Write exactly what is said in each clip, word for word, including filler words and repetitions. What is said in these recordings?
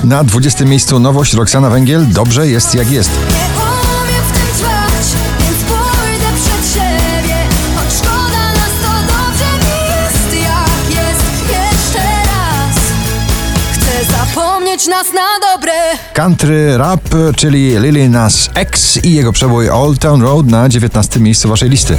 Na dwudziestym miejscu nowość Roxana Węgiel, Dobrze jest jak jest. Nas na dobre. Country rap, czyli Lil Nas X i jego przebój Old Town Road na dziewiętnastym miejscu waszej listy.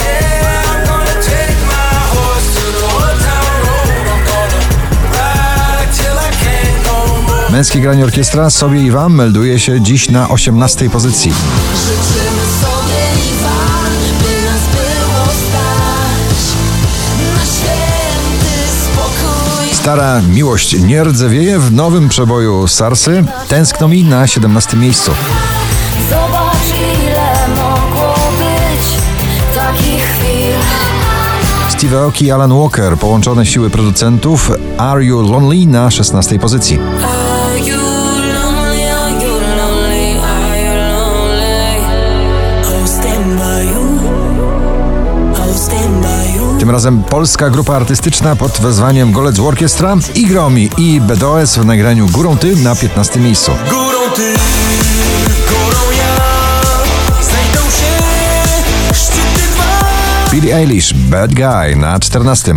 Męskie granie orkiestra Sobie i Wam melduje się dziś na osiemnastej pozycji. Życzymy sobie i Wam, by nas było stać na święty spokój. Stara miłość nie rdzewieje w nowym przeboju Sarsy. Tęskno mi na siedemnastym miejscu. Zobacz, ile mogło być takich chwil. Steve Aoki i Alan Walker, połączone siły producentów Are You Lonely na szesnastej pozycji. Tym razem polska grupa artystyczna pod wezwaniem Golec Orkiestra i Gromi i B D O S w nagraniu Górą Ty na piętnastym miejscu. Górą ty, górą ja, znajdą się szczyty dwa. Billie Eilish, Bad Guy na czternastym.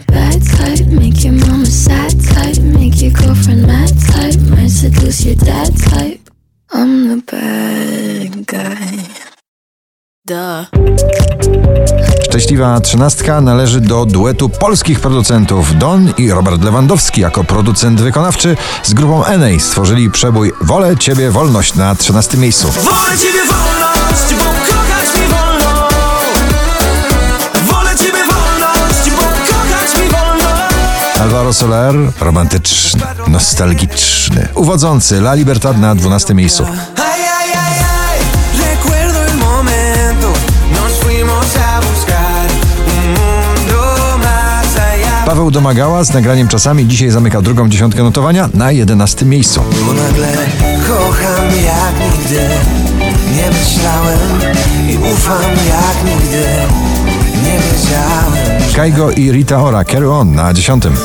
Szczęśliwa trzynastka należy do duetu polskich producentów. Don i Robert Lewandowski jako producent wykonawczy z grupą N A stworzyli przebój Wolę Ciebie Wolność na trzynastym miejscu. Wolę Ciebie wolność, bo kochać mi wolno. Wolę Ciebie wolność, bo kochać mi wolno. Alvaro Soler, romantyczny, nostalgiczny, uwodzący La Libertad na dwunastym miejscu. Paweł Domagała z nagraniem Czasami dzisiaj zamyka drugą dziesiątkę notowania na jedenastym miejscu. Bo nagle kocham jak nigdy, nie myślałem i ufam jak nigdy, nie wiedziałem. Kaigo i Rita Ora, Carry On na dziesiątym.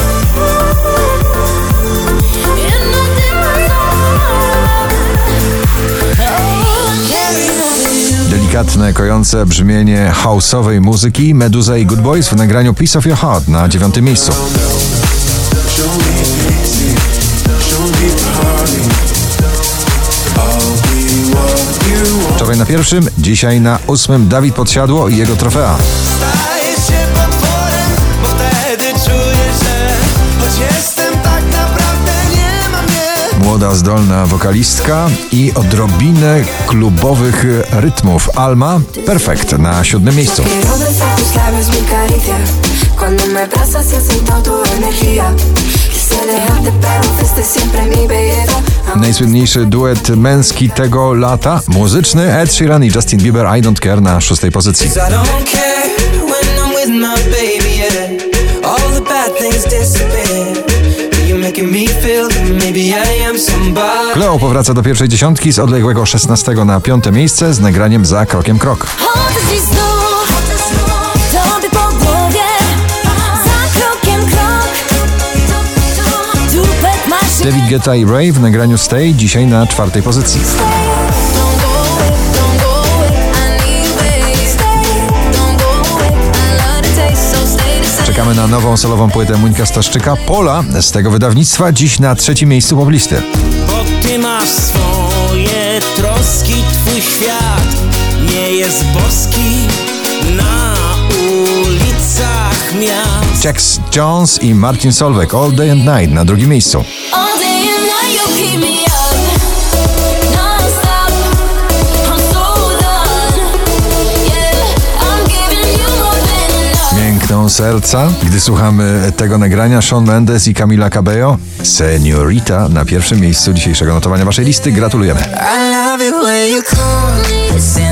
Delikatne, kojące brzmienie house'owej muzyki Meduza i Good Boys w nagraniu Piece of Your Heart na dziewiątym miejscu. Wczoraj na pierwszym, dzisiaj na ósmym Dawid Podsiadło i jego Trofea. Młoda, zdolna wokalistka i odrobinę klubowych rytmów. Alma, Perfekt na siódmym miejscu. Najsłynniejszy duet męski tego lata, muzyczny Ed Sheeran i Justin Bieber I Don't Care na szóstej pozycji. Cleo powraca do pierwszej dziesiątki z odległego szesnastego na piąte miejsce z nagraniem Za krokiem krok. David Guetta i Ray w nagraniu Stay dzisiaj na czwartej pozycji. Czekamy na nową solową płytę Muńka Staszczyka, Pola z tego wydawnictwa, dziś na trzecim miejscu poblisty. Bo ty masz swoje troski, twój świat nie jest boski na ulicach miast. Jax Jones i Martin Solveig, All Day and Night na drugim miejscu. Miękną serca, gdy słuchamy tego nagrania, Shawn Mendes i Camila Cabello, Señorita na pierwszym miejscu dzisiejszego notowania waszej listy. Gratulujemy. I love it when you call me